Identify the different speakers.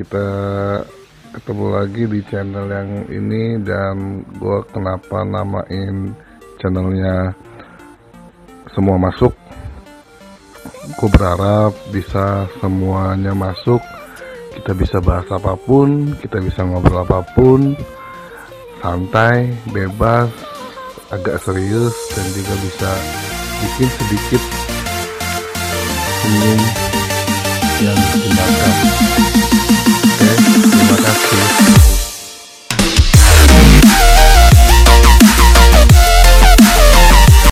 Speaker 1: kita ketemu lagi di channel yang ini, dan gue kenapa namain channelnya Semua Masuk. Gue berharap bisa semuanya masuk, kita bisa bahas apapun, kita bisa ngobrol apapun, santai, bebas, agak serius, dan juga bisa bikin sedikit senyum yang menyenangkan. Oke, terima kasih.